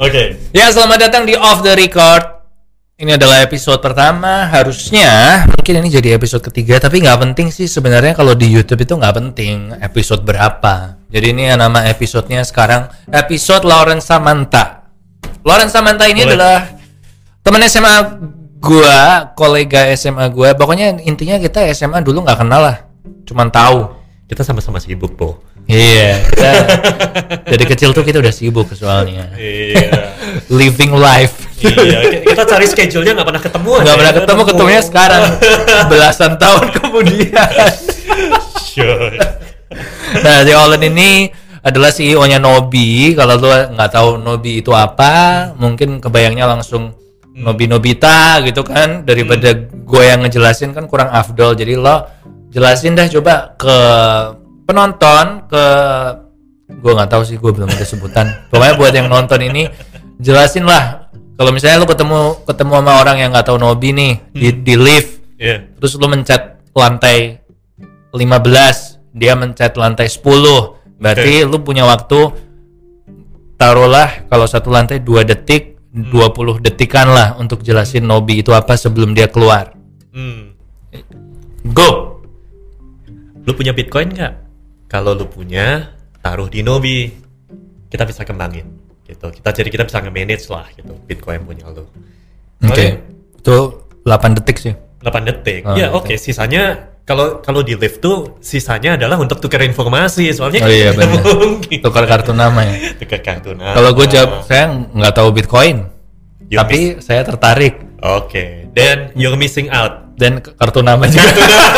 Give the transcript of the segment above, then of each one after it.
Oke. Ya, selamat datang di Off the Record. Ini adalah episode pertama. Harusnya mungkin ini jadi episode ketiga, tapi nggak penting sih sebenarnya. Kalau di YouTube itu nggak penting episode berapa. Jadi ini nama episodenya sekarang episode Lawrence Samantha. Lawrence Samantha ini adalah teman SMA gua, kolega SMA gua. Pokoknya intinya kita SMA dulu nggak kenal lah, cuman tahu. Kita sama-sama sibuk, Po. Iya, dari kecil tuh kita udah sibuk soalnya. Iya. Living life. Iya, kita cari schedule-nya nggak pernah ketemu. Nggak pernah ketemu, ketemunya sekarang belasan tahun kemudian. Sure. Nah, si Olen ini adalah CEO-nya Nobi. Kalau lu nggak tahu Nobi itu apa, mungkin kebayangnya langsung Nobi Nobita gitu kan. Daripada gue yang ngejelasin kan kurang afdol. Jadi lo jelasin dah coba ke penonton, ke gue nggak tahu sih, gue belum ada sebutan. Pokoknya buat yang nonton ini jelasin lah. Kalau misalnya lu ketemu sama orang yang nggak tahu Nobi nih di lift, terus lu mencet lantai 15, dia mencet lantai 10, berarti lu punya waktu, taruhlah kalau satu lantai 2 detik, 20 detikan lah untuk jelasin Nobi itu apa sebelum dia keluar. Go. Lu punya Bitcoin nggak? Kalau lu punya, taruh di Nobi. Kita bisa kembangin gitu. Kita bisa nge-manage lah gitu Bitcoin punya lu. Oke. Itu 8 detik sih. 8 detik. Ya, oke. Sisanya kalau di lift tuh sisanya adalah untuk tukar informasi. Soalnya iya benar. Tukar kartu nama ya. Tukar kartu nama. Kalau gue jawab, saya nggak tahu Bitcoin. Tapi saya tertarik. Oke. Then you're missing out. Dan kartu nama juga.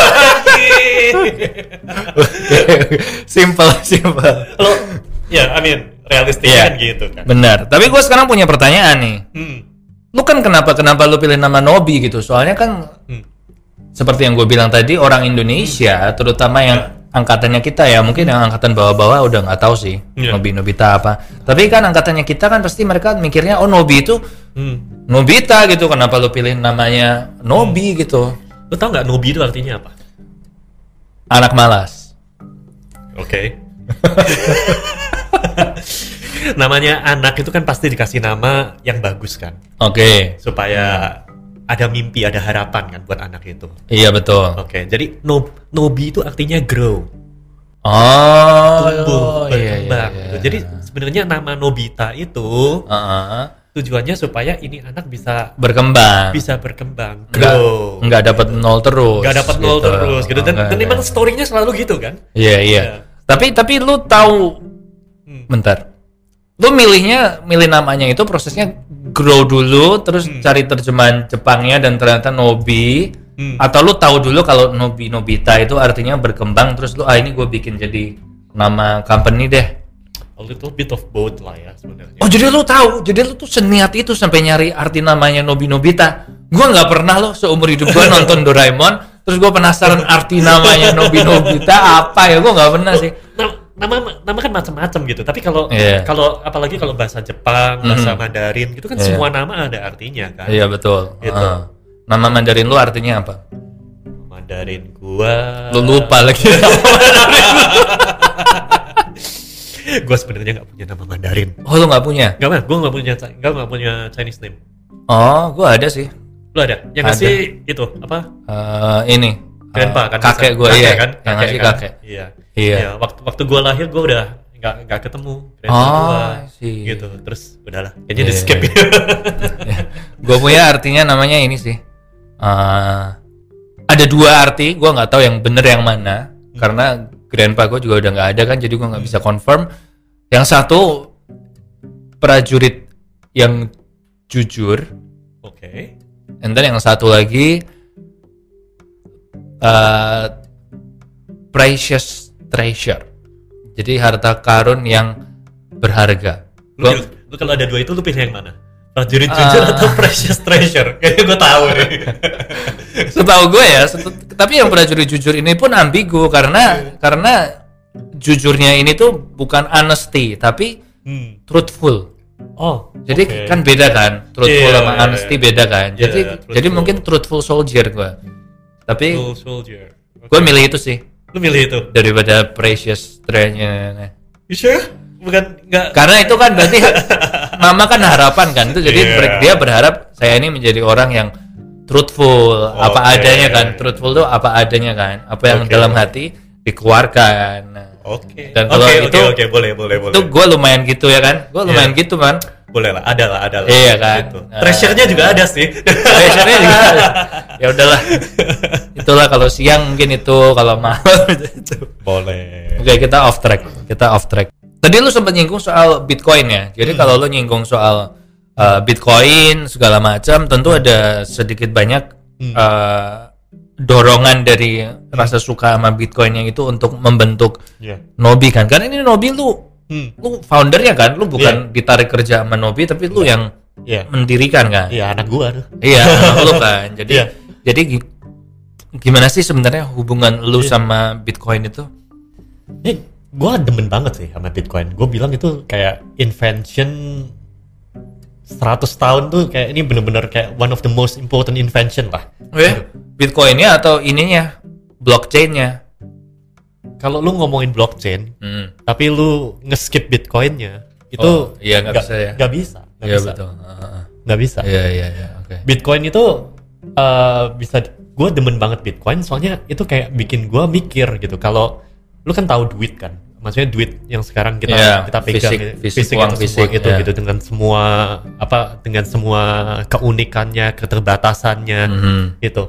Simple. Lo, ya, realistis kan gitu kan. Benar. Tapi gue sekarang punya pertanyaan nih. Lu kan kenapa lu pilih nama Nobi gitu? Soalnya kan seperti yang gue bilang tadi, orang Indonesia, terutama yang angkatannya kita ya, mungkin yang angkatan bawah-bawah udah nggak tahu sih Nobi Nobita apa. Tapi kan angkatannya kita kan pasti mereka mikirnya Nobi itu Nobita gitu. Kenapa lu pilih namanya Nobi gitu? Lu tau nggak Nobi itu artinya apa? Anak malas. Oke. Namanya anak itu kan pasti dikasih nama yang bagus kan. Oke. Supaya ada mimpi, ada harapan kan buat anak itu. Iya betul. Oke. Jadi Nobi itu artinya grow. Tumbuh, berkembang. Iya. Gitu. Jadi sebenarnya nama Nobita itu tujuannya supaya ini anak bisa berkembang, grow. Nggak dapat nol terus. Gitu. Dan memang story-nya selalu gitu kan? Iya. Tapi lu tahu, bentar. Lu milih namanya itu prosesnya grow dulu, terus cari terjemahan Jepangnya dan ternyata Nobi. Atau lu tahu dulu kalau Nobita itu artinya berkembang, terus lu ini gue bikin jadi nama company deh. A little bit of both lah ya sebenarnya. Oh, jadi lu tahu, jadi lu tuh seniat itu sampai nyari arti namanya Nobita. Gua nggak pernah loh seumur hidup gua nonton Doraemon, terus gua penasaran arti namanya Nobita apa ya, gua nggak pernah sih. Nama kan macam-macam gitu. Tapi kalau apalagi kalau bahasa Jepang, bahasa Mandarin gitu kan semua nama ada artinya kan. Iya betul. Gitu. Nama Mandarin lu artinya apa? Mandarin gua. Lu lupa lagi. Gue sebenarnya nggak punya nama Mandarin. Oh, lu nggak punya? Gue nggak punya Chinese name. Oh, gue ada sih. Lu ada? Yang ngasih itu apa? Ini. Grandpa kan? Kakek gue iya. Kan? Yang ngasih kakek. Iya. Waktu gue lahir gue udah nggak ketemu grandpa gue. Gitu. Terus udahlah. Kayaknya di skip. Gue punya artinya namanya ini sih. Ada 2 arti. Gue nggak tahu yang bener yang mana. Karena grandpa gue juga udah nggak ada kan, jadi gue nggak bisa confirm. Yang satu prajurit yang jujur, and then yang satu lagi precious treasure, jadi harta karun yang berharga. Lu kalau ada 2 itu lu pilih yang mana? Prajurit jujur atau precious treasure? Kayaknya gue tahu nih. Setahu gue ya, tapi yang prajurit jujur ini pun ambigu karena jujurnya ini tuh bukan honesty tapi truthful. Oh, jadi kan beda kan, truthful sama honesty beda kan. Jadi mungkin truthful soldier gue. Tapi gue milih itu sih. Lu milih itu daripada precious treasure. You sure? bukan nggak. Karena itu kan berarti nama kan harapan kan itu, jadi Iya. dia berharap saya ini menjadi orang yang truthful, apa Oke. adanya kan. Truthful tuh apa adanya kan, apa yang Oke. dalam hati dikeluarkan. Nah, Oke. Dan kalau itu boleh. itu gue lumayan gitu ya kan, gue lumayan Iya. gitu kan. Boleh lah, ada lah. Iya kan. Gitu. Nah. Treasure-nya juga ada sih. Pressure-nya juga ada. Ya udahlah, itulah kalau siang mungkin itu, kalau malam itu. Boleh. Oke, kita off track. Tadi lu sempat nyinggung soal Bitcoin ya. Jadi kalau lu nyinggung soal Bitcoin segala macam, tentu ada sedikit banyak dorongan dari rasa suka sama Bitcoinnya itu untuk membentuk Iya. Nobi kan. Karena ini Nobi lu foundernya kan, lu bukan ditarik kerja sama Nobi, tapi lu yang Iya. mendirikan kan. Iya, anak gua tuh. Iya, anak lu kan. Jadi Iya. jadi gimana sih sebenarnya hubungan lu sama Bitcoin itu? Gue demen banget sih sama Bitcoin. Gue bilang itu kayak invention 100 tahun tuh, kayak ini bener-bener kayak one of the most important invention lah. Oh ya? Bitcoinnya atau ininya? Blockchainnya? Kalau lu ngomongin blockchain, tapi lu nge-skip Bitcoinnya, itu iya nggak bisa ya? Nggak bisa. Iya betul. Nggak bisa. Iya, oke. Bitcoin itu bisa, gue demen banget Bitcoin soalnya itu kayak bikin gue mikir gitu. Kalau lu kan tahu duit kan, maksudnya duit yang sekarang kita pegang, fisik, uang uang fisik fisik, itu ya. gitu, dengan semua keunikannya, keterbatasannya gitu.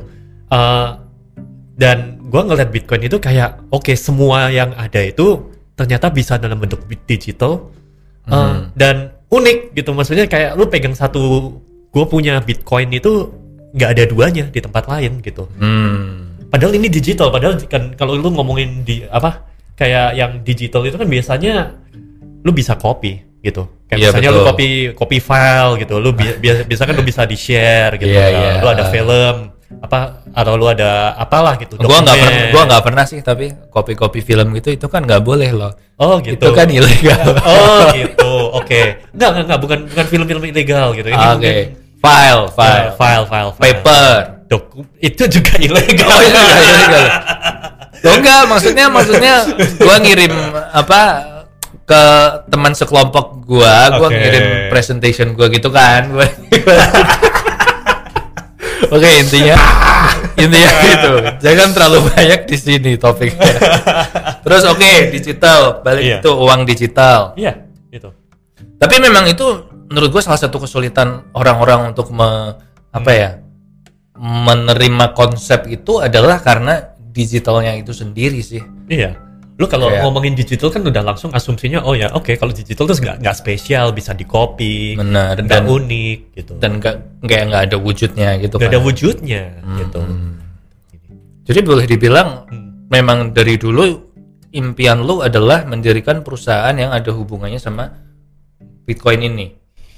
Dan gue ngeliat Bitcoin itu kayak oke, semua yang ada itu ternyata bisa dalam bentuk digital dan unik gitu. Maksudnya kayak lu pegang satu, gue punya Bitcoin itu nggak ada duanya di tempat lain gitu. Padahal ini digital, padahal kan kalau lu ngomongin di kayak yang digital itu kan biasanya lu bisa copy gitu. Kayak Iya, misalnya betul. lu copy file gitu. Lu biasa kan lu bisa di-share gitu. Iya. Lu ada film atau lu ada apalah gitu. Gua dokumen. nggak pernah sih, tapi kopi film gitu itu kan nggak boleh loh. Oh gitu. Itu kan ilegal. Oh gitu. Oke. Enggak, bukan film-film ilegal gitu. Ini Oke. mungkin File. paper. Paper. Itu juga ilegal. Oh iya, ilegal. Loh enggak, maksudnya gua ngirim ke teman sekelompok gua Oke. ngirim presentation gua gitu kan. Oke, intinya gitu. Jangan terlalu banyak di sini topiknya. Terus digital, balik Iya. itu uang digital. Iya, gitu. Tapi memang itu menurut gue salah satu kesulitan orang-orang untuk menerima konsep itu adalah karena digitalnya itu sendiri sih. Iya. Lu kalau Kayak- ngomongin digital kan udah langsung asumsinya kalau digital terus nggak spesial, bisa di copy, Benar, nggak dan- unik gitu. Dan nggak ada wujudnya gitu Nggak kan. ada wujudnya gitu. Jadi boleh dibilang memang dari dulu impian lu adalah mendirikan perusahaan yang ada hubungannya sama Bitcoin ini.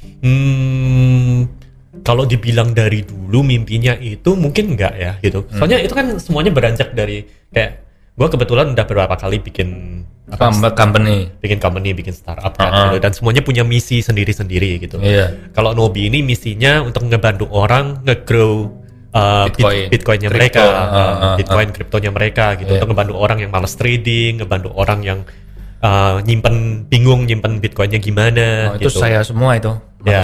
Kalau dibilang dari dulu mimpinya itu mungkin enggak ya gitu. Soalnya itu kan semuanya beranjak dari kayak gua kebetulan udah beberapa kali bikin Company. bikin startup kan gitu, dan semuanya punya misi sendiri-sendiri gitu. Iya. Kalau Nobi ini misinya untuk ngebantu orang nge-grow Bitcoinnya Crypto. mereka, Bitcoin kriptonya mereka gitu, Iya. untuk ngebantu orang yang malas trading, ngebantu orang yang nyimpen Bitcoinnya gimana Itu gitu. saya semua itu. Ya.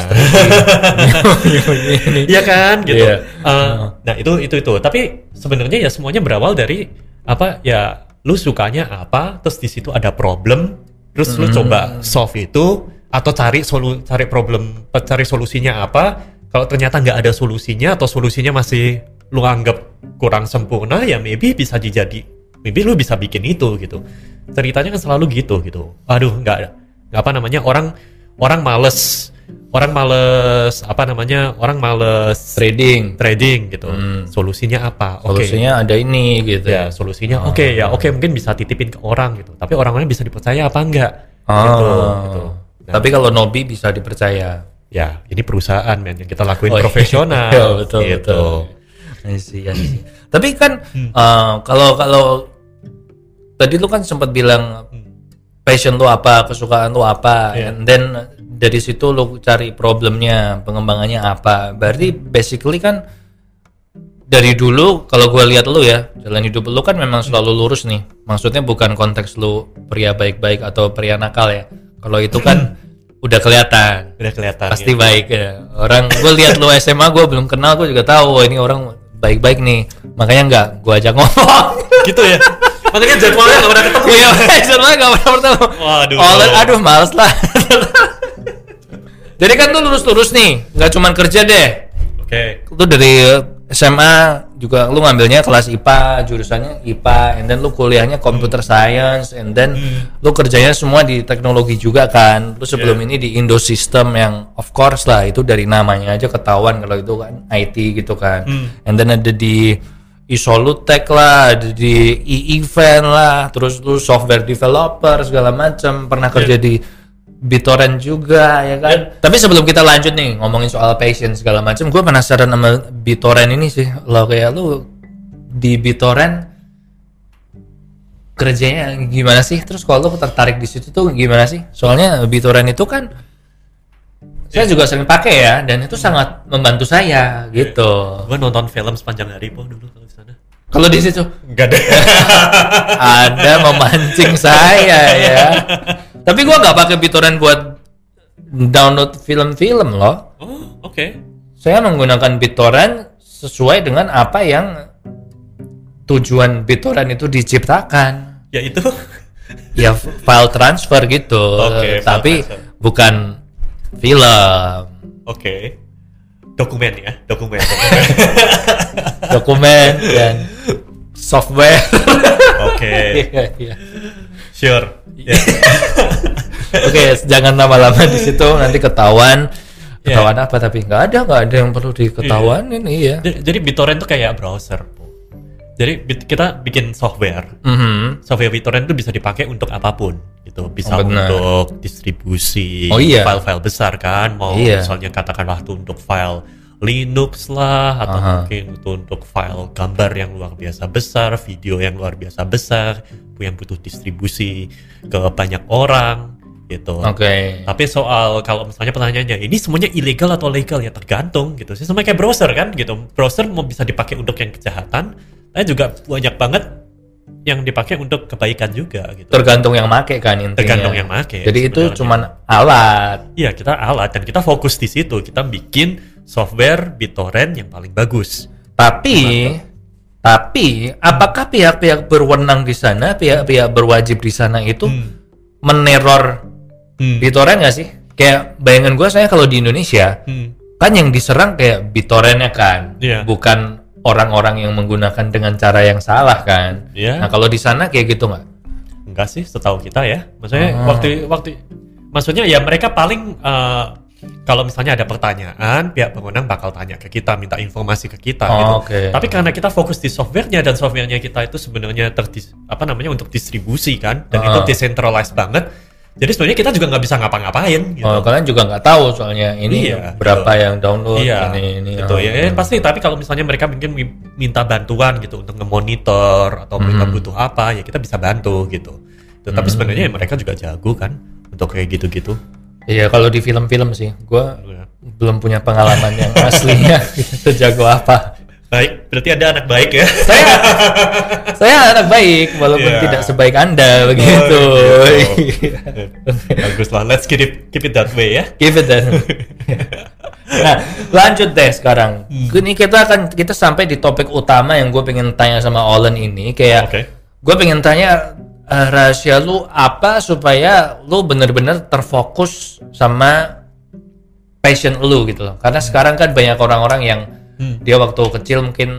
Ini. Iya kan gitu. Iya. Nah itu. Tapi sebenarnya ya semuanya berawal dari lu sukanya apa, terus di situ ada problem, terus lu coba solve itu atau cari solusinya apa. Kalau ternyata nggak ada solusinya atau solusinya masih lu anggap kurang sempurna, ya maybe lu bisa bikin itu gitu. Ceritanya kan selalu gitu. Aduh, orang males trading gitu. Solusinya apa? Solusinya ada ini gitu. Ya, solusinya mungkin bisa titipin ke orang gitu. Tapi orang-orang bisa dipercaya apa enggak? Oh. Gitu. Nah, Tapi kalau Nobi bisa dipercaya. ya, ini perusahaan men yang kita lakuin Iya. profesional. Iya, betul, gitu. betul. I see. Tapi kan kalau tadi lu kan sempat bilang passion lu apa, kesukaan lu apa, Iya. and then dari situ lu cari problemnya, pengembangannya apa. Berarti basically kan dari dulu kalau gue lihat lu ya, jalan hidup lu kan memang selalu lurus nih. Maksudnya bukan konteks lu pria baik-baik atau pria nakal ya. Kalau itu kan udah kelihatan. Udah kelihatan. Pasti ya. baik ya. Orang gue lihat lu SMA gue belum kenal, gue juga tahu ini orang baik-baik nih. Makanya enggak gue ajak ngomong. Gitu ya. Makanya jadwalnya nggak pernah ketemu. Iya, jadwalnya nggak pernah ketemu. Waduh. Aduh, males lah. Jadi kan lu lurus-lurus nih, nggak cuma kerja deh. Oke. Lu dari SMA juga lu ngambilnya kelas IPA, jurusannya IPA, and then lu kuliahnya computer science, and then lu kerjanya semua di teknologi juga kan. Lu sebelum ini di Indosystem yang of course lah itu dari namanya aja ketahuan kalau itu kan IT gitu kan. And then ada di Isolutech lah, ada di e-event lah, terus lu software developer segala macam, pernah kerja di BitTorrent juga ya kan. Tapi sebelum kita lanjut nih ngomongin soal passion segala macam, gue penasaran sama BitTorrent ini sih. Lo kayak lu di BitTorrent kerjanya gimana sih? Terus kalau lu tertarik di situ tuh gimana sih? Soalnya BitTorrent itu kan saya juga sering pakai ya, dan itu sangat membantu saya gitu. Gue nonton film sepanjang hari po dulu kalau di sana. Kalau di situ Enggak ada. ada memancing saya ya. Tapi gua nggak pakai BitTorrent buat download film-film loh. Oh, oke. Saya menggunakan BitTorrent sesuai dengan apa yang tujuan BitTorrent itu diciptakan. Ya itu. Ya file transfer gitu. Oke, file tapi transfer. bukan film. Oke. Dokumen ya, dokumen. Dokumen dan software. Oke. Iya, iya. Sure. Ya. Oke, jangan lama-lama di situ nanti ketahuan. Ketahuan apa? Tapi nggak ada yang perlu diketahuan ini ya. Jadi BitTorrent tuh kayak browser. Jadi kita bikin software. Software BitTorrent itu bisa dipakai untuk apapun. Gitu. Bisa untuk distribusi file-file besar kan. Mau misalnya katakanlah tuh untuk file Linux lah, atau mungkin itu untuk file gambar yang luar biasa besar, video yang luar biasa besar, yang butuh distribusi ke banyak orang gitu. Tapi soal kalau misalnya pertanyaannya ini semuanya ilegal atau legal, ya tergantung gitu. Sih sama kayak browser kan gitu. Browser mau bisa dipakai untuk yang kejahatan, tapi juga banyak banget yang dipakai untuk kebaikan juga gitu. Tergantung yang make kan intinya. Tergantung yang make. Jadi sebenarnya itu cuman alat. Iya, kita alat dan kita fokus di situ. Kita bikin software BitTorrent yang paling bagus. Tapi apakah pihak-pihak berwenang di sana, pihak-pihak berwajib di sana itu meneror BitTorrent nggak sih? Kayak bayangan gue, saya kalau di Indonesia kan yang diserang kayak BitTorrent-nya kan, bukan orang-orang yang menggunakan dengan cara yang salah kan. Nah kalau di sana kayak gitu nggak? Enggak sih, setahu kita ya. Maksudnya maksudnya ya mereka paling kalau misalnya ada pertanyaan, pihak berwenang bakal tanya ke kita, minta informasi ke kita gitu. Tapi karena kita fokus di softwarenya, dan softwarenya kita itu sebenarnya untuk distribusi kan, dan itu decentralized banget. Jadi sebenarnya kita juga nggak bisa ngapa-ngapain. Gitu. Kalian juga nggak tahu soalnya ini berapa yang download, ini. Gitu ya. Pasti. Tapi kalau misalnya mereka mungkin minta bantuan gitu untuk nge-monitor atau mereka butuh apa, ya kita bisa bantu gitu. Tapi sebenarnya mereka juga jago kan untuk kayak gitu-gitu. Iya, kalau di film-film sih, gue belum punya pengalaman yang aslinya sejago apa. Baik, berarti ada anak baik ya. Saya anak baik, walaupun tidak sebaik Anda begitu. Bagus lah, let's keep it that way ya. Keep it that way. Nah, lanjut deh sekarang. Ini kita sampai di topik utama yang gue pengen tanya sama Olen ini, kayak gue pengen tanya. Rahasia lu apa supaya lu bener-bener terfokus sama passion lu gitu loh. Karena sekarang kan banyak orang-orang yang dia waktu kecil mungkin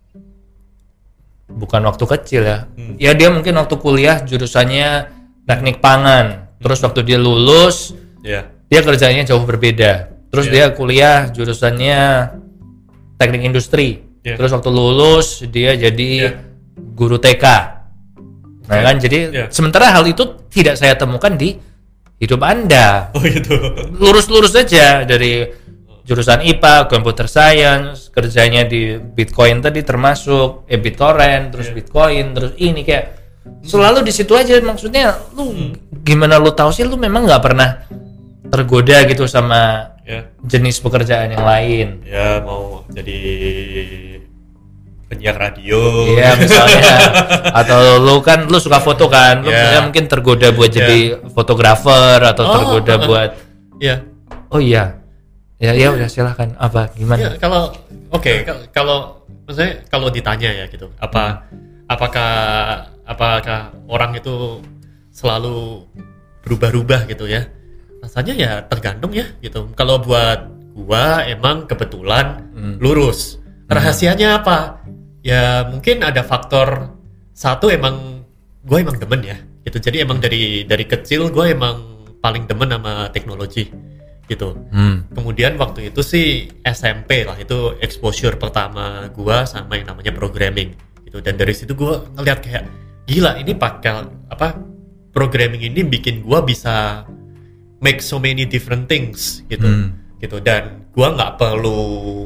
bukan waktu kecil ya. Ya dia mungkin waktu kuliah jurusannya teknik pangan. Terus waktu dia lulus dia kerjanya jauh berbeda. Terus dia kuliah jurusannya teknik industri. Terus waktu lulus dia jadi guru TK. Nah kan, jadi sementara hal itu tidak saya temukan di hidup Anda. Oh gitu. Lurus-lurus aja dari jurusan IPA, computer science, kerjanya di Bitcoin tadi termasuk BitTorrent, terus Bitcoin, terus ini kayak selalu di situ aja. Maksudnya lu gimana lu tahu sih lu memang nggak pernah tergoda gitu sama jenis pekerjaan yang lain? Ya mau jadi penyiar radio. Iya misalnya, atau lu suka foto kan, lu misalnya mungkin tergoda buat jadi fotografer atau tergoda buat. Iya. Oh iya. Ya udah silahkan. Apa gimana? Ya, kalau maksudnya kalau ditanya ya gitu, apakah orang itu selalu berubah-ubah gitu ya? Rasanya ya tergantung ya gitu. Kalau buat gua emang kebetulan lurus. Rahasianya apa? Ya mungkin ada faktor satu, gue emang demen ya gitu. Jadi emang dari kecil gue emang paling demen sama teknologi gitu. Kemudian waktu itu sih SMP lah, itu exposure pertama gue sama yang namanya programming gitu. Dan dari situ gue ngeliat kayak gila, ini pakai programming ini bikin gue bisa make so many different things gitu. Gitu. Dan gue nggak perlu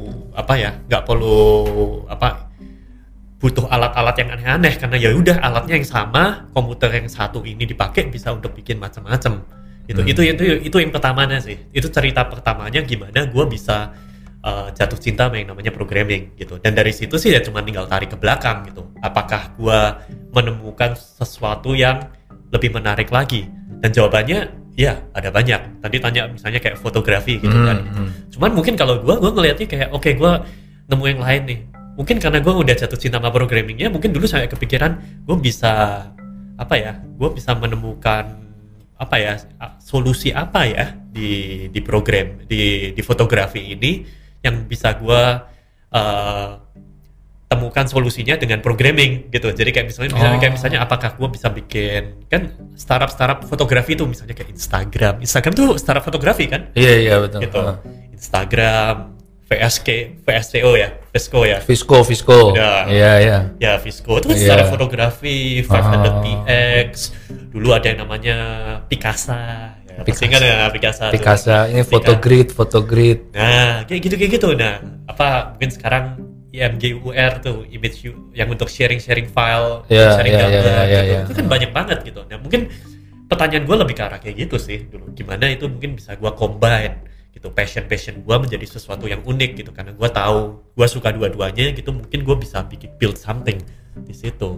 butuh alat-alat yang aneh-aneh, karena ya udah alatnya yang sama, komputer yang satu ini dipakai bisa untuk bikin macam-macam gitu. Itu yang pertamanya sih, itu cerita pertamanya gimana gue bisa jatuh cinta sama yang namanya programming gitu. Dan dari situ sih ya cuma tinggal tarik ke belakang gitu, apakah gue menemukan sesuatu yang lebih menarik lagi, dan jawabannya ya ada banyak. Tadi tanya misalnya kayak fotografi gitu kan. Cuman mungkin kalau gue ngelihatnya kayak oke, gue nemu yang lain nih. Mungkin karena gue udah jatuh cinta sama programmingnya, mungkin dulu saya kepikiran gue bisa menemukan solusi apa ya di program di fotografi ini yang bisa gue temukan solusinya dengan programming gitu. Jadi kayak misalnya apakah gue bisa bikin, kan startup fotografi itu misalnya kayak Instagram tuh startup fotografi kan? Iya betul. Gitu. Instagram, VSCO ya. Visco. Udah. Iya. Ya Visco itu kan startup fotografi, 500px. Dulu ada yang namanya Picasa. Ya, pasti kan ya Picasa. Ini Photogrid. Nah, kayak gitu. Nah, mungkin sekarang IMGUR tuh, image yang untuk sharing file, sharing gambar gitu. Itu kan banyak banget gitu. Nah mungkin pertanyaan gue lebih ke arah kayak gitu sih dulu, gimana itu mungkin bisa gue combine gitu, passion gue menjadi sesuatu yang unik gitu, karena gue tahu gue suka dua-duanya gitu, mungkin gue bisa build something di situ.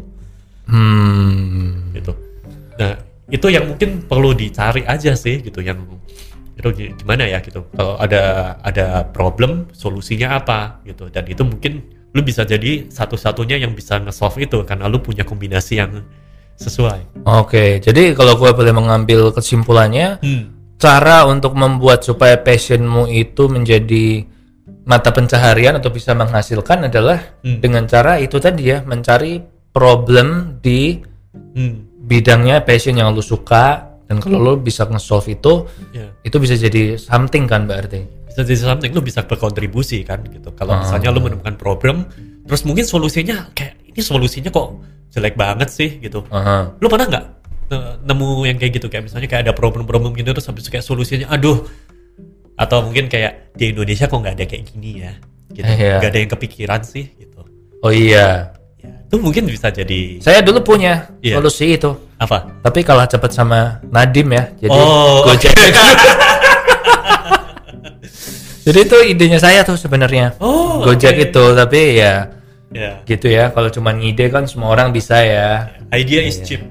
Gitu. Nah itu yang mungkin perlu dicari aja sih gitu, yang itu gimana ya gitu, kalau ada problem solusinya apa gitu, dan itu mungkin lu bisa jadi satu-satunya yang bisa nge-solve itu karena lu punya kombinasi yang sesuai. Oke, jadi kalau gue boleh mengambil kesimpulannya, cara untuk membuat supaya passionmu itu menjadi mata pencaharian atau bisa menghasilkan adalah dengan cara itu tadi ya, mencari problem di bidangnya passion yang lu suka. Dan kalau lo bisa nge-solve itu bisa jadi something kan berarti? Bisa jadi something, lo bisa berkontribusi kan gitu. Kalau misalnya lo menemukan problem, terus mungkin solusinya kayak ini solusinya kok jelek banget sih gitu. Lo pernah nggak nemu yang kayak gitu, kayak misalnya kayak ada problem gitu terus habis kayak solusinya aduh, atau mungkin kayak di Indonesia kok nggak ada kayak gini ya gitu, nggak ada yang kepikiran sih gitu. Oh iya. Itu mungkin bisa jadi. Saya dulu punya solusi itu. Apa? Tapi kalah cepat sama Nadim ya. Jadi Gojek. Jadi itu idenya saya tuh sebenarnya. Gojek itu, tapi ya gitu ya. Kalau cuma ngide kan semua orang bisa ya. Idea is cheap.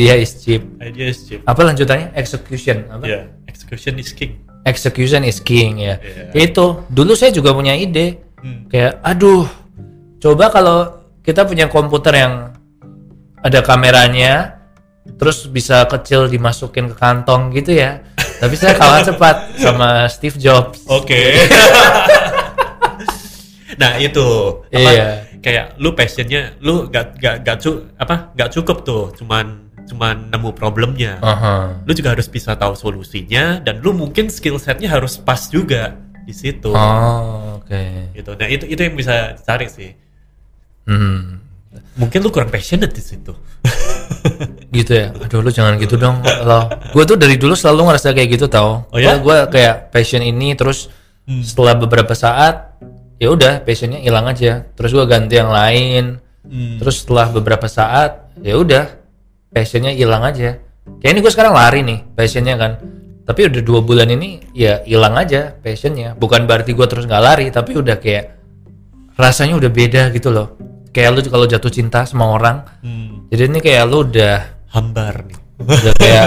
Apa lanjutannya? Execution. Apa? Execution is king. Execution is king ya. Itu dulu saya juga punya ide. Kayak aduh, coba kalau kita punya komputer yang ada kameranya, terus bisa kecil dimasukin ke kantong gitu ya. Tapi saya kalah cepat sama Steve Jobs. Oke. Nah itu kayak lu passionnya, lu gak cukup tuh, cuman nemu problemnya. Lu juga harus bisa tahu solusinya, dan lu mungkin skill setnya harus pas juga di situ. Gitu. Nah itu yang bisa cari sih. Mungkin lu kurang passionate di situ. Gitu ya. Aduh lu jangan gitu dong. Gue tuh dari dulu selalu ngerasa kayak gitu tau. Gue kayak passion ini, terus setelah beberapa saat ya udah passionnya hilang aja. Terus gue ganti yang lain. Terus setelah beberapa saat ya udah passionnya hilang aja. Kayak ini gue sekarang lari nih passionnya kan. Tapi udah 2 bulan ini ya hilang aja passionnya. Bukan berarti gue terus nggak lari, tapi udah kayak rasanya udah beda gitu loh. kayak lu kalau jatuh cinta sama orang. Jadi ini kayak lu udah hambar nih. Udah kayak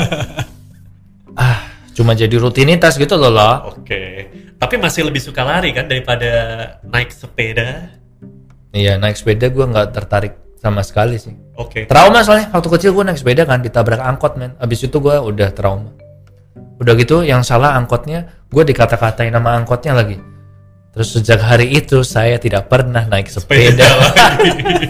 cuma jadi rutinitas gitu loh. Oke. Tapi masih lebih suka lari kan daripada naik sepeda? Iya, naik sepeda gue nggak tertarik sama sekali sih. Oke. Trauma soalnya waktu kecil gue naik sepeda kan ditabrak angkot men. Abis itu gue udah trauma. Udah gitu yang salah angkotnya, gue dikata-katain nama angkotnya lagi. Terus sejak hari itu saya tidak pernah naik sepeda lagi.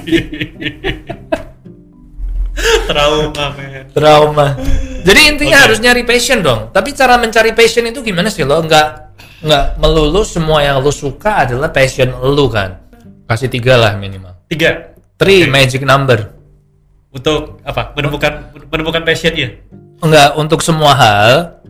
Trauma. Jadi intinya harus nyari passion dong. Tapi cara mencari passion itu gimana sih lo? Nggak melulu semua yang lo suka adalah passion lo kan. Kasih 3 lah minimal. 3 magic number. Untuk apa? Menemukan passionnya? Enggak, untuk semua hal.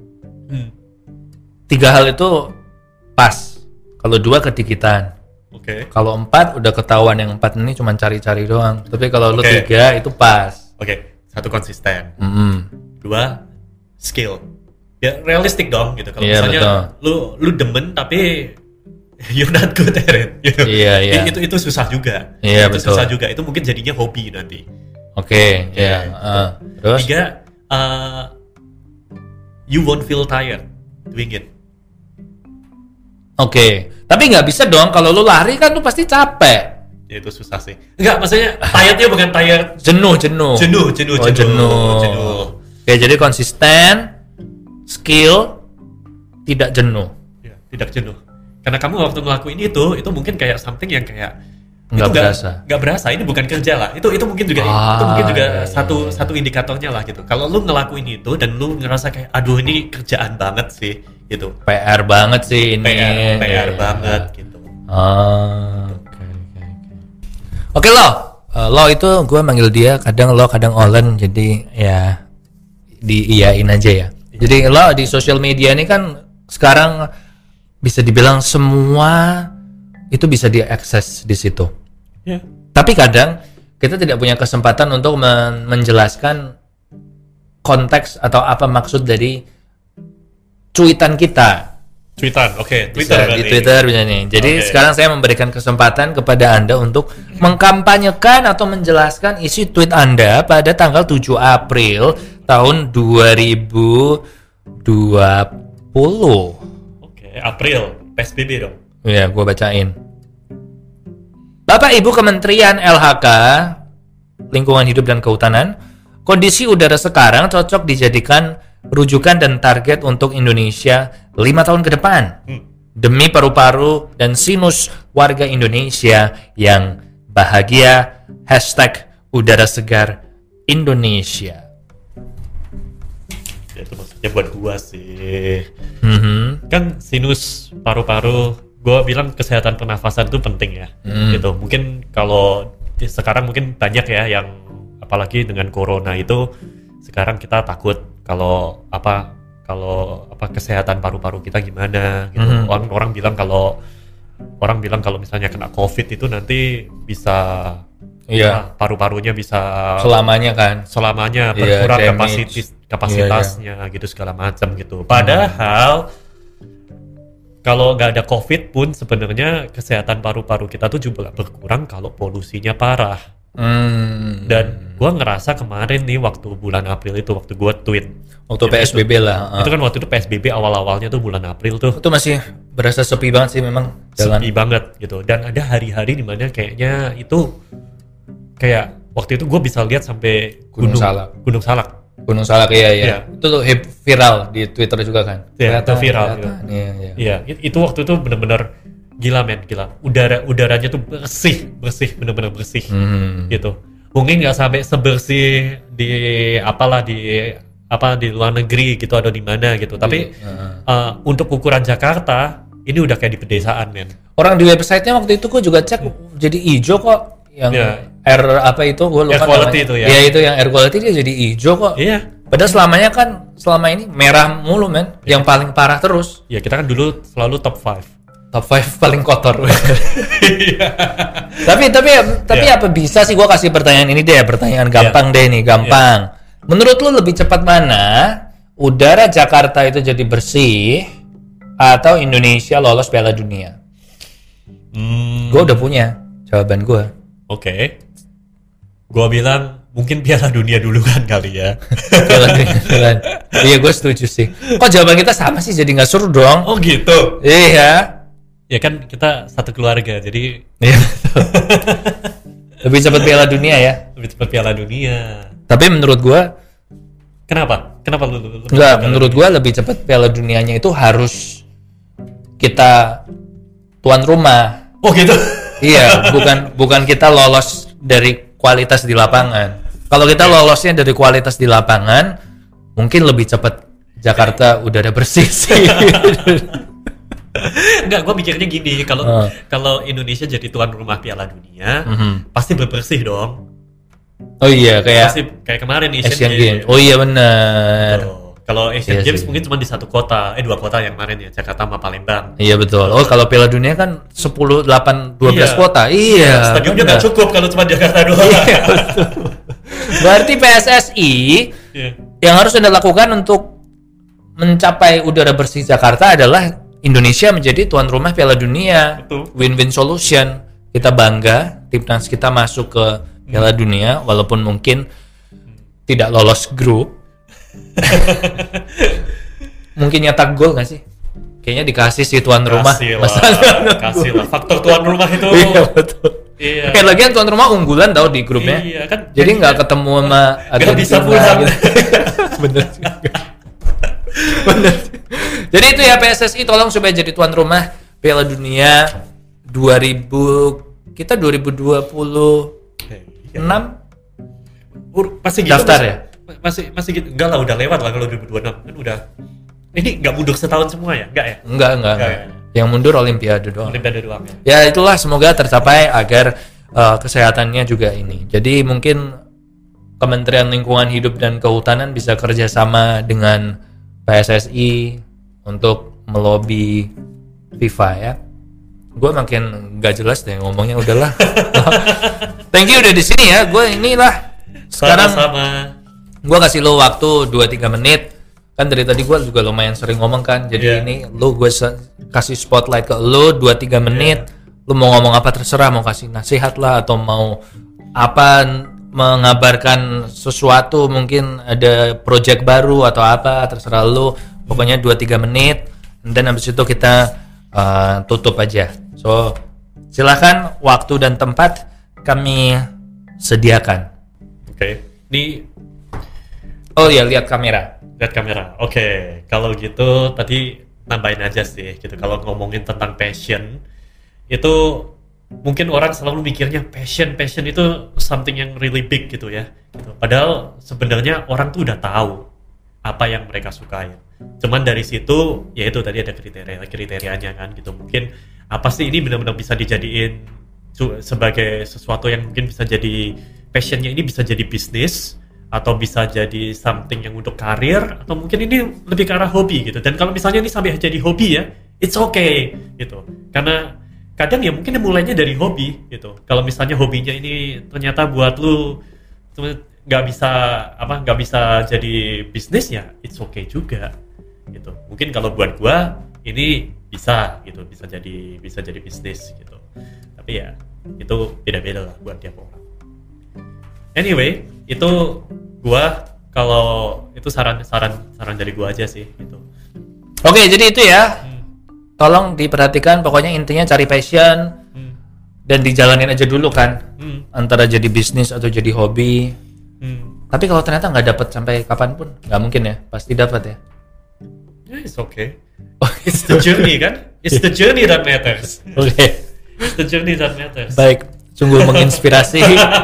3 hal itu pas. Kalau 2 kedikitan. Oke. Kalau 4 udah ketahuan yang 4 ini cuma cari-cari doang. Tapi kalau lu 3 itu pas. Oke. 1 konsisten. 2 skill. Ya realistik dong gitu. Kalau misalnya lu demen tapi you're not good at it. Gitu. Iya. Itu susah juga. Iya, itu betul. susah juga. Itu mungkin jadinya hobi nanti. Oke. Iya. Terus 3 you won't feel tired doing it. Oke. Tapi nggak bisa dong kalau lu lari kan lu pasti capek. Ya itu susah sih. Enggak, maksudnya tirednya bukan tired. Jenuh. Oke, jadi konsisten, skill, tidak jenuh. Ya, tidak jenuh. Karena kamu waktu ngelakuin itu mungkin kayak something yang kayak nggak berasa. Ini bukan kerja lah. Itu mungkin juga satu indikatornya lah gitu. Kalau lu ngelakuin itu dan lu ngerasa kayak aduh ini kerjaan banget sih gitu. PR banget sih ini. PR banget gitu. Oke lo itu gue manggil dia kadang lo kadang Olen, jadi ya diiyain aja ya. Jadi lo di sosial media ini kan sekarang bisa dibilang semua itu bisa diakses di situ. Yeah. Tapi kadang kita tidak punya kesempatan untuk menjelaskan konteks atau apa maksud dari cuitan kita. Twitter di Twitter bisa nih. Jadi sekarang saya memberikan kesempatan kepada Anda untuk mengkampanyekan atau menjelaskan isi tweet Anda pada tanggal 7 April tahun 2020. April, PSBB dong. Iya, gue bacain. Bapak Ibu Kementerian LHK, Lingkungan Hidup dan Kehutanan, kondisi udara sekarang cocok dijadikan rujukan dan target untuk Indonesia 5 tahun ke depan. Demi paru-paru dan sinus warga Indonesia yang bahagia, #udara segar Indonesia. Ya, itu maksudnya buat gua sih. Kan sinus, paru-paru, gua bilang kesehatan pernafasan itu penting ya. Gitu. Mungkin kalau sekarang mungkin banyak ya yang apalagi dengan corona itu sekarang kita takut kalau kesehatan paru-paru kita gimana gitu. Orang bilang kalau misalnya kena COVID itu nanti bisa paru-parunya bisa selamanya berkurang kapasitasnya gitu segala macam gitu. Padahal kalau nggak ada COVID pun sebenarnya kesehatan paru-paru kita tuh juga berkurang kalau polusinya parah. Dan gue ngerasa kemarin nih waktu bulan April itu waktu gue tweet waktu PSBB lah. Itu kan waktu itu PSBB awal-awalnya tuh bulan April tuh. Itu masih berasa sepi banget sih memang. Sepi banget gitu. Dan ada hari-hari dimana kayaknya itu kayak waktu itu gue bisa lihat sampai Gunung Salak. Iya. Itu tuh viral di Twitter juga kan. Iya, itu viral. Iya. Itu waktu itu benar-benar gila. Udaranya tuh bersih, benar-benar bersih gitu. Mungkin nggak sampai sebersih di luar negeri gitu atau di mana gitu. Tapi untuk ukuran Jakarta ini udah kayak di pedesaan men. Orang di websitenya waktu itu gue juga cek jadi hijau kok. Yang air apa itu gue lupa. Air quality namanya. Itu ya. Iya itu yang air quality dia jadi hijau kok. Iya. Padahal selama ini merah mulu men. Yang paling parah terus. Ya kita kan dulu selalu top 5 paling kotor. tapi apa bisa sih gue kasih pertanyaan ini deh, pertanyaan gampang deh nih, gampang. Menurut lu lebih cepat mana? Udara Jakarta itu jadi bersih atau Indonesia lolos Piala Dunia? Gue udah punya jawaban gue. Oke. Gua bilang mungkin Piala Dunia dulu kan kali ya. Piala Dunia duluan. Iya, gue setuju sih. Kok jawaban kita sama sih, jadi nggak seru dong? Oh gitu. Iya. Ya kan kita satu keluarga, jadi Iya. Lebih cepat Piala Dunia ya. lebih cepat Piala Dunia. Tapi menurut gue, Kenapa? Kenapa lu? enggak, menurut gue lebih cepat Piala Dunianya itu harus kita tuan rumah. Oh gitu. Iya, bukan kita lolos dari kualitas di lapangan. Kalau kita lolosnya dari kualitas di lapangan, mungkin lebih cepat Jakarta udara bersih sih. Enggak, gue mikirnya gini, kalau Indonesia jadi tuan rumah Piala Dunia, pasti bersih dong. Oh iya, Pasti kayak kemarin Asian Games. Oh iya benar. Tuh. Kalau Asian Iya Games sih. mungkin cuma di dua kota yang kemarin ya, Jakarta sama Palembang. Iya betul. Oh kalau Piala Dunia kan 10, 8, 12 Iya. kota. Iya. Stadionnya nggak benar. cukup kalau cuma Jakarta doang. Iya, betul. Berarti PSSI Iya. yang harus Anda lakukan untuk mencapai udara bersih Jakarta adalah Indonesia menjadi tuan rumah Piala Dunia. Betul. Win-win solution. Kita bangga timnas kita masuk ke Piala Dunia walaupun mungkin tidak lolos grup. Mungkin nyetak gol nggak sih? Kayaknya dikasih sih tuan rumah. Kasih lah. Faktor tuan rumah itu. Iya betul. Iya. Kayak lagian tuan rumah unggulan tau di grupnya. Iya kan. Jadi nggak ketemu sama Nggak bisa Argentina pulang. gitu. Bener sih. Bener. Jadi itu ya PSSI tolong supaya jadi tuan rumah Piala Dunia 2000 kita 2026 Pasti gitu. daftar ya? Masih gitu. Enggak lah, udah lewat lah kalau 2026 kan udah. Ini nggak mundur setahun semua ya? Enggak ya? Enggak. Enggak ya? Yang mundur Olimpiade doang. Olimpiade doang ya. Ya itulah semoga tercapai agar kesehatannya juga ini. Jadi mungkin Kementerian Lingkungan Hidup dan Kehutanan bisa kerjasama dengan PSSI untuk melobi FIFA ya. Gue makin nggak jelas deh ngomongnya, udahlah. Thank you udah di sini ya. Gue inilah sekarang Sama-sama. gue kasih lo waktu 2-3 menit. Kan dari tadi gue juga lumayan sering ngomong kan. Jadi Iya. ini lo gue kasih spotlight ke lo 2-3 menit. Lo mau ngomong apa terserah, mau kasih nasihat lah atau mau apa, mengabarkan sesuatu, mungkin ada project baru atau apa, terserah lo. Pokoknya 2-3 menit. Dan habis itu kita tutup aja. So silahkan, waktu dan tempat kami sediakan. Oke. Ini Oh ya, lihat kamera. lihat kamera. Oke. Kalau gitu tadi nambahin aja sih gitu. Kalau ngomongin tentang passion itu mungkin orang selalu mikirnya passion itu something yang really big gitu ya. Gitu. Padahal sebenarnya orang tuh udah tahu apa yang mereka sukain. Cuman dari situ ya itu tadi ada kriterianya kan gitu. Mungkin apa sih ini benar-benar bisa dijadiin sebagai sesuatu yang mungkin bisa jadi passionnya, ini bisa jadi bisnis atau bisa jadi something yang untuk karir, atau mungkin ini lebih ke arah hobi gitu. Dan kalau misalnya ini sampai jadi hobi ya, it's okay gitu. Karena kadang ya mungkin mulainya dari hobi gitu. Kalau misalnya hobinya ini ternyata buat lu nggak bisa jadi bisnis ya, it's okay juga gitu. Mungkin kalau buat gua ini bisa gitu, bisa jadi bisnis gitu. Tapi ya itu beda-beda lah buat tiap orang. Anyway, itu gua, kalau itu saran dari gua aja sih gitu. Oke, jadi itu ya. Tolong diperhatikan, pokoknya intinya cari passion dan dijalanin aja dulu kan. Antara jadi bisnis atau jadi hobi. Tapi kalau ternyata nggak dapat sampai kapanpun, nggak mungkin ya, pasti dapat ya. It's okay. It's the journey kan? It's the journey that matters. Oke. It's the journey that matters. Baik, sungguh menginspirasi.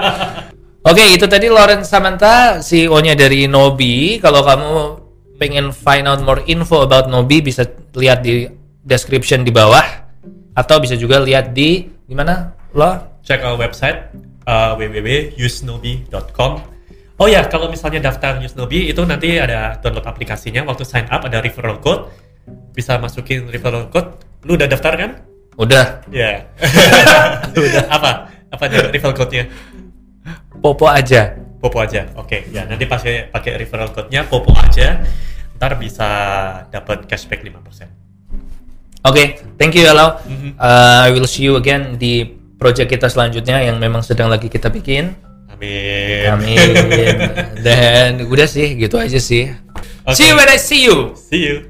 Oke, itu tadi Lawrence Samantha, CEO-nya dari Nobi. Kalau kamu pengen find out more info about Nobi, bisa lihat di description di bawah, atau bisa juga lihat di mana lo? Check our website www.usenobi.com. Oh ya, kalau misalnya daftar Usenobi itu nanti ada download aplikasinya. Waktu sign up ada referral code, bisa masukin referral code. Lu udah daftar kan? Udah. Ya. Apa referral code-nya? Popo aja. Popo aja. Oke, ya nanti pakai referral code-nya Popo aja. Ntar bisa dapat cashback 5%. Oke, thank you Lau. I will see you again di project kita selanjutnya yang memang sedang lagi kita bikin. Amin. Amin. Dan udah sih, gitu aja sih. Okay. See you when I see you. See you.